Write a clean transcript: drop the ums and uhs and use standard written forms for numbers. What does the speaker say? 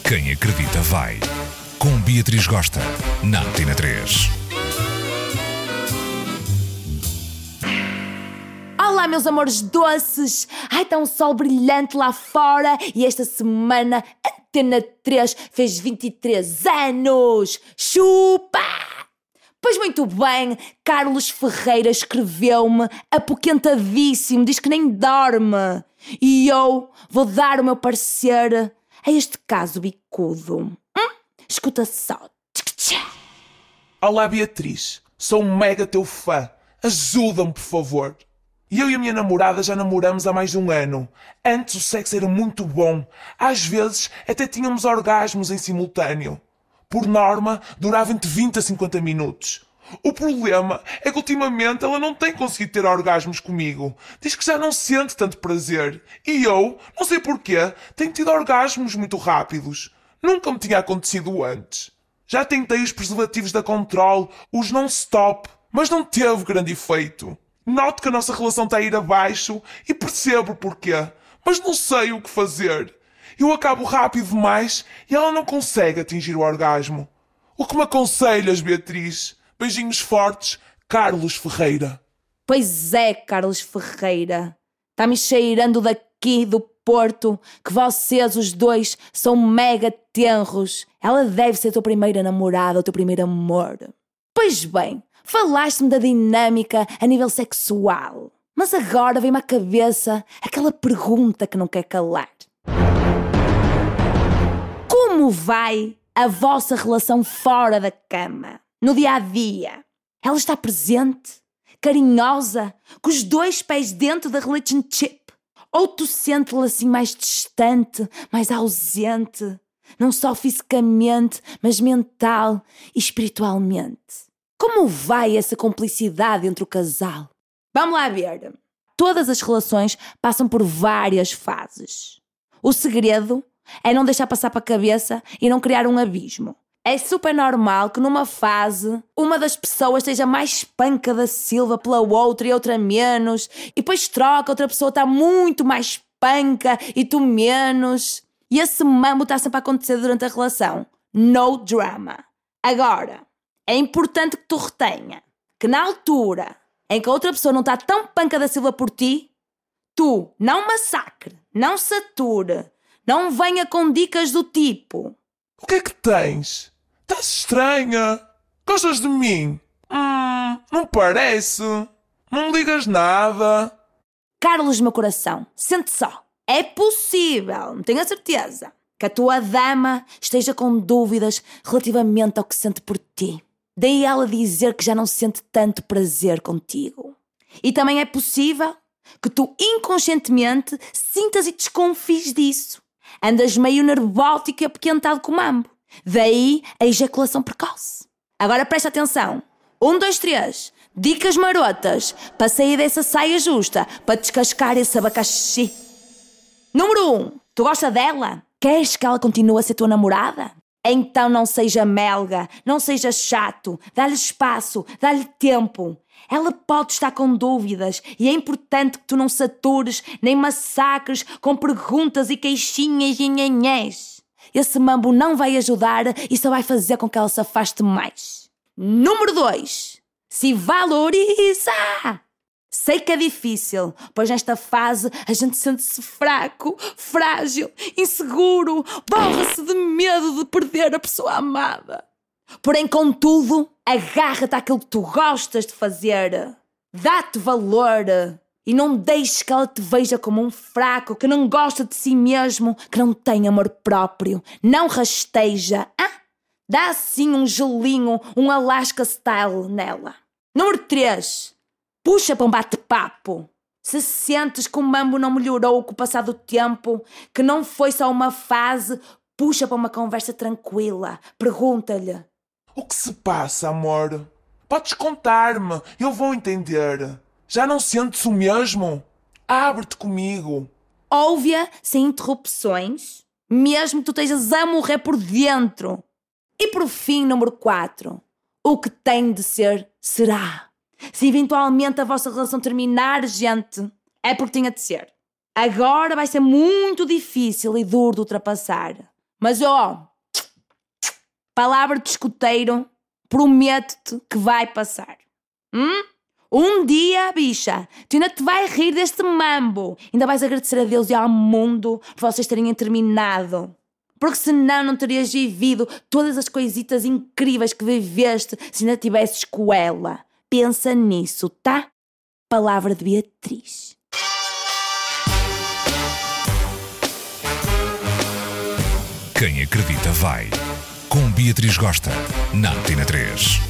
Quem acredita vai. Com Beatriz Gosta, na Antena 3. Olá, meus amores doces! Ai, está um sol brilhante lá fora e esta semana Antena 3 fez 23 anos! Chupa! Pois muito bem, Carlos Ferreira escreveu-me apoquentadíssimo, diz que nem dorme. E eu vou dar o meu parecer a este caso bicudo. Escuta só. Olá, Beatriz. Sou um mega teu fã. Ajuda-me, por favor. Eu e a minha namorada já namoramos há mais de um ano. Antes o sexo era muito bom. Às vezes até tínhamos orgasmos em simultâneo. Por norma, durava entre 20 a 50 minutos. O problema é que ultimamente ela não tem conseguido ter orgasmos comigo. Diz que já não sente tanto prazer. E eu, não sei porquê, tenho tido orgasmos muito rápidos. Nunca me tinha acontecido antes. Já tentei os preservativos da Control, os non-stop, mas não teve grande efeito. Noto que a nossa relação está a ir abaixo e percebo porquê, mas não sei o que fazer. Eu acabo rápido demais e ela não consegue atingir o orgasmo. O que me aconselhas, Beatriz? Beijinhos fortes, Carlos Ferreira. Pois é, Carlos Ferreira. Está-me cheirando daqui do Porto que vocês, os dois, são mega tenros. Ela deve ser a tua primeira namorada, o teu primeiro amor. Pois bem, falaste-me da dinâmica a nível sexual. Mas agora vem-me à cabeça aquela pergunta que não quer calar. Como vai a vossa relação fora da cama? No dia-a-dia? Ela está presente? Carinhosa? Com os dois pés dentro da relationship? Ou tu sentes-la assim mais distante, mais ausente? Não só fisicamente, mas mental e espiritualmente? Como vai essa cumplicidade entre o casal? Vamos lá ver. Todas as relações passam por várias fases. O segredo é não deixar passar para a cabeça e não criar um abismo. É super normal que numa fase uma das pessoas esteja mais panca da Silva pela outra e outra menos, e depois troca, outra pessoa está muito mais panca e tu menos. E esse mambo está sempre a acontecer durante a relação. No drama. Agora, é importante que tu retenha que na altura em que a outra pessoa não está tão panca da Silva por ti, tu não massacre, não sature, não venha com dicas do tipo: o que é que tens? Estás estranha? Gostas de mim? Não parece. Não me ligas nada. Carlos, meu coração, sente só. É possível, tenho a certeza, que a tua dama esteja com dúvidas relativamente ao que sente por ti. Daí ela dizer que já não sente tanto prazer contigo. E também é possível que tu inconscientemente sintas e desconfies disso. Andas meio nervótico e apequentado com o mambo. Daí a ejaculação precoce. Agora presta atenção. 1, 2, 3. Dicas marotas para sair dessa saia justa, para descascar esse abacaxi. Número 1. Tu gosta dela? Queres que ela continue a ser tua namorada? Então não seja melga, não seja chato. Dá-lhe espaço, dá-lhe tempo. Ela pode estar com dúvidas e é importante que tu não satures nem massacres com perguntas e queixinhas e nhanhãs. Esse mambo não vai ajudar e só vai fazer com que ela se afaste mais. Número 2. Se valoriza! Sei que é difícil, pois nesta fase a gente sente-se fraco, frágil, inseguro, borra-se de medo de perder a pessoa amada. Porém, contudo, agarra-te àquilo que tu gostas de fazer. Dá-te valor e não deixes que ela te veja como um fraco, que não gosta de si mesmo, que não tem amor próprio. Não rasteja. Dá assim um gelinho, um Alaska style nela. Número 3. Puxa para um bate-papo. Se sentes que o mambo não melhorou com o passar do tempo, que não foi só uma fase, puxa para uma conversa tranquila. Pergunta-lhe: o que se passa, amor? Podes contar-me, eu vou entender. Já não sentes o mesmo? Abre-te comigo. Ouve-a sem interrupções, mesmo que tu estejas a morrer por dentro. E por fim, número 4. O que tem de ser, será. Se eventualmente a vossa relação terminar, gente, é porque tinha de ser. Agora vai ser muito difícil e duro de ultrapassar. Mas palavra de escoteiro, prometo-te que vai passar. Um dia, bicha, tu ainda te vais rir deste mambo. Ainda vais agradecer a Deus e ao mundo por vocês terem terminado. Porque senão não terias vivido todas as coisitas incríveis que viveste se ainda tivesses com ela. Pensa nisso, tá? Palavra de Beatriz. Quem acredita vai. Com Beatriz Gosta, na Antena 3.